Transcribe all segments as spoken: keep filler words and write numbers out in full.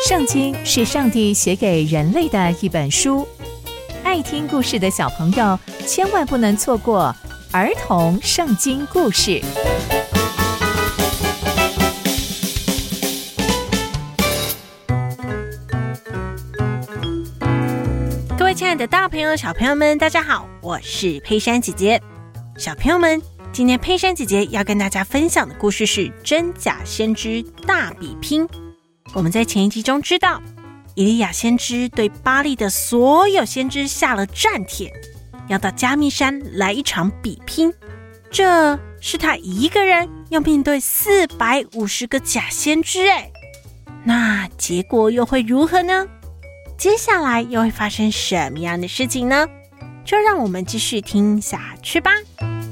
圣经是上帝写给人类的一本书，爱听故事的小朋友千万不能错过儿童圣经故事。 各位亲爱的大朋友小朋友们，大家好，我是佩珊姐姐。小朋友们，今天佩珊姐姐要跟大家分享的故事是真假先知大比拼。我们在前一集中知道，以利亚先知对巴力的所有先知下了战帖，要到迦密山来一场比拼。这是他一个人要面对四百五十个假先知耶，那结果又会如何呢？接下来又会发生什么样的事情呢？就让我们继续听下去吧。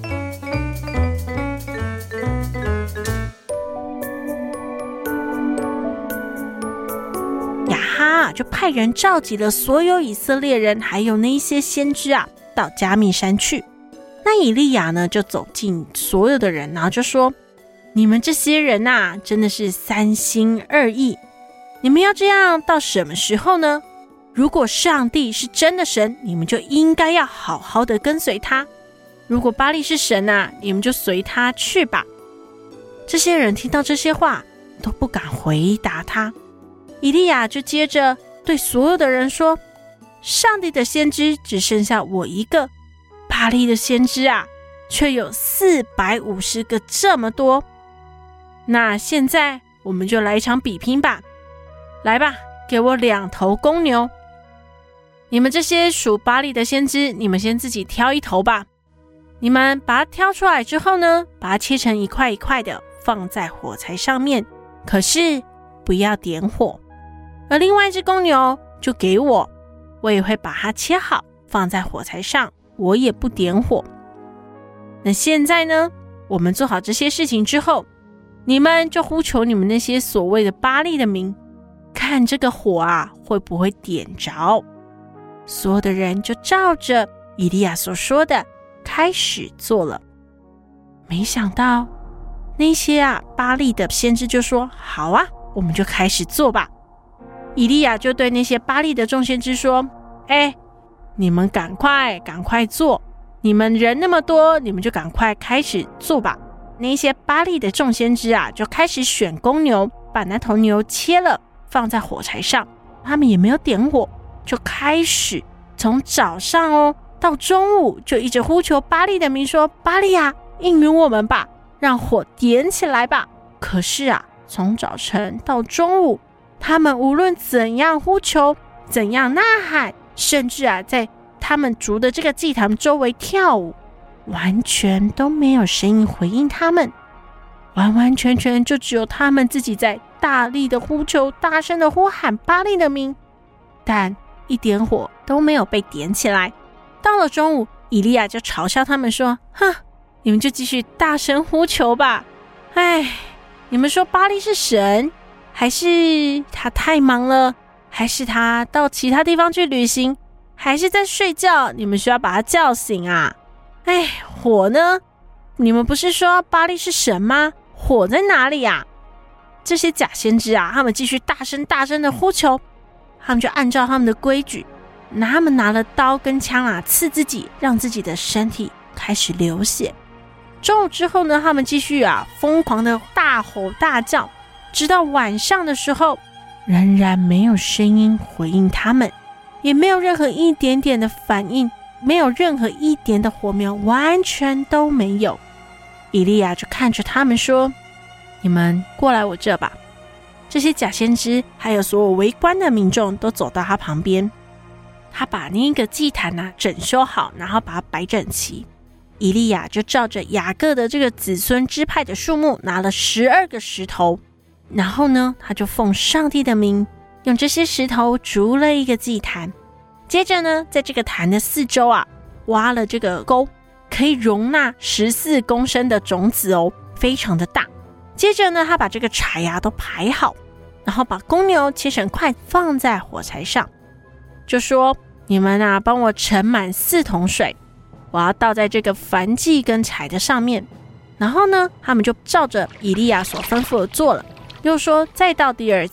亚哈就派人召集了所有以色列人，还有那一些先知啊，到迦密山去。那以利亚呢，就走进所有的人，然后就说：你们这些人啊，真的是三心二意，你们要这样到什么时候呢？如果上帝是真的神，你们就应该要好好的跟随他；如果巴力是神啊，你们就随他去吧。这些人听到这些话，都不敢回答他。以利亚就接着对所有的人说：上帝的先知只剩下我一个，巴力的先知啊，却有四百五十个这么多。那现在我们就来一场比拼吧。来吧，给我两头公牛。你们这些属巴力的先知，你们先自己挑一头吧。你们把它挑出来之后呢，把它切成一块一块的，放在火柴上面，可是不要点火。而另外一只公牛就给我，我也会把它切好，放在火柴上，我也不点火。那现在呢，我们做好这些事情之后，你们就呼求你们那些所谓的巴力的名，看这个火啊会不会点着。所有的人就照着以利亚所说的开始做了。没想到那些啊巴力的先知就说：好啊，我们就开始做吧。以利亚就对那些巴力的众先知说：哎，你们赶快赶快做，你们人那么多，你们就赶快开始做吧。那些巴力的众先知啊，就开始选公牛，把那头牛切了，放在火柴上，他们也没有点火，就开始从早上哦到中午，就一直呼求巴力的名，说：巴力啊，应允我们吧，让火点起来吧。可是啊，从早晨到中午，他们无论怎样呼求，怎样呐喊，甚至啊在他们筑的这个祭坛周围跳舞，完全都没有声音回应他们，完完全全就只有他们自己在大力的呼求，大声的呼喊巴力的名，但一点火都没有被点起来。到了中午，以利亚就嘲笑他们说：哼，你们就继续大声呼求吧。哎，你们说巴力是神，还是他太忙了，还是他到其他地方去旅行，还是在睡觉，你们需要把他叫醒啊？哎，火呢？你们不是说巴力是神吗？火在哪里啊？这些假先知啊，他们继续大声大声的呼求，他们就按照他们的规矩，拿他们拿了刀跟枪啊，刺自己，让自己的身体开始流血。中午之后呢，他们继续啊疯狂的大吼大叫，直到晚上的时候，仍然没有声音回应他们，也没有任何一点点的反应，没有任何一点的火苗，完全都没有。以利亚就看着他们说：你们过来我这吧。这些假先知还有所有围观的民众都走到他旁边，他把那个祭坛啊整修好，然后把它摆整齐。以利亚就照着雅各的这个子孙支派的数目，拿了十二个石头，然后呢，他就奉上帝的名，用这些石头筑了一个祭坛。接着呢，在这个坛的四周啊，挖了这个沟，可以容纳十四公升的种子哦，非常的大。接着呢，他把这个柴啊都排好，然后把公牛切成块放在火柴上，就说：你们啊，帮我盛满四桶水，我要倒在这个燔祭跟柴的上面。然后呢，他们就照着以利亚所吩咐的做了，又说再倒第二次，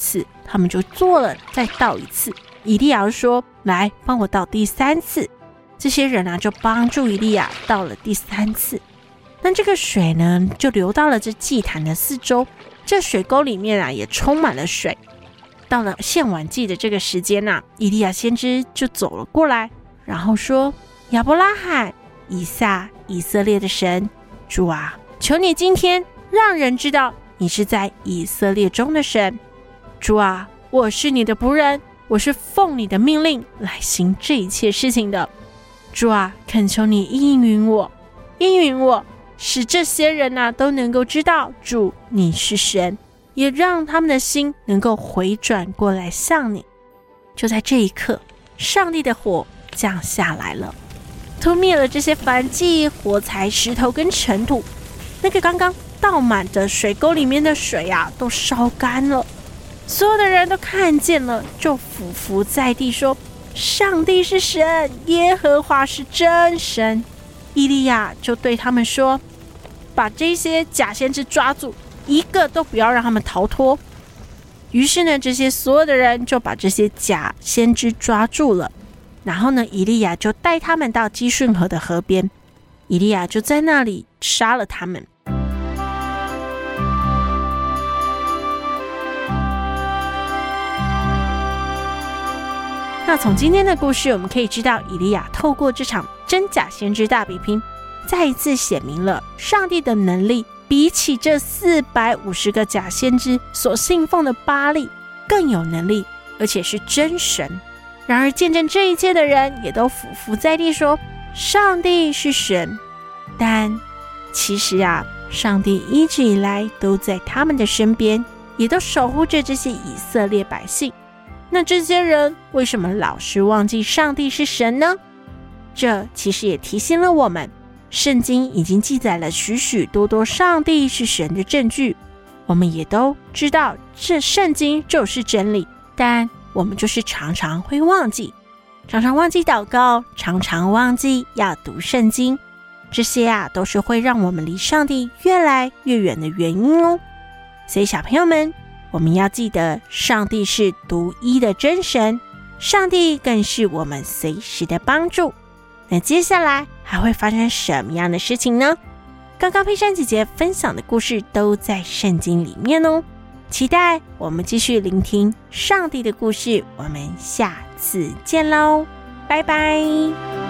他们就做了再倒一次。以利亚说，来帮我倒第三次。这些人啊就帮助以利亚倒了第三次。那这个水呢就流到了这祭坛的四周，这水沟里面啊也充满了水。到了献晚祭的这个时间啊，以利亚先知就走了过来，然后说，亚伯拉罕、以撒、以色列的神，主啊，求你今天让人知道你是在以色列中的神。主啊，我是你的仆人，我是奉你的命令来行这一切事情的。主啊，恳求你应允我，应允我，使这些人啊都能够知道主你是神，也让他们的心能够回转过来向你。就在这一刻，上帝的火降下来了，吞灭了这些燔祭、火柴、石头跟尘土。那个刚刚倒满的水沟里面的水啊都烧干了。所有的人都看见了，就俯伏在地说，上帝是神，耶和华是真神。以利亚就对他们说，把这些假先知抓住，一个都不要让他们逃脱。于是呢，这些所有的人就把这些假先知抓住了。然后呢，以利亚就带他们到基顺河的河边，以利亚就在那里杀了他们。那从今天的故事，我们可以知道，以利亚透过这场真假先知大比拼，再一次显明了上帝的能力比起这四百五十个假先知所信奉的巴力更有能力，而且是真神。然而见证这一切的人也都俯伏在地说，上帝是神。但其实啊，上帝一直以来都在他们的身边，也都守护着这些以色列百姓。那这些人为什么老是忘记上帝是神呢？这其实也提醒了我们，圣经已经记载了许许多多上帝是神的证据，我们也都知道这圣经就是真理，但我们就是常常会忘记，常常忘记祷告，常常忘记要读圣经，这些啊都是会让我们离上帝越来越远的原因哦。所以小朋友们，我们要记得，上帝是独一的真神，上帝更是我们随时的帮助。那接下来还会发生什么样的事情呢？刚刚佩珊姐姐分享的故事都在圣经里面哦，期待我们继续聆听上帝的故事，我们下次见喽，拜拜。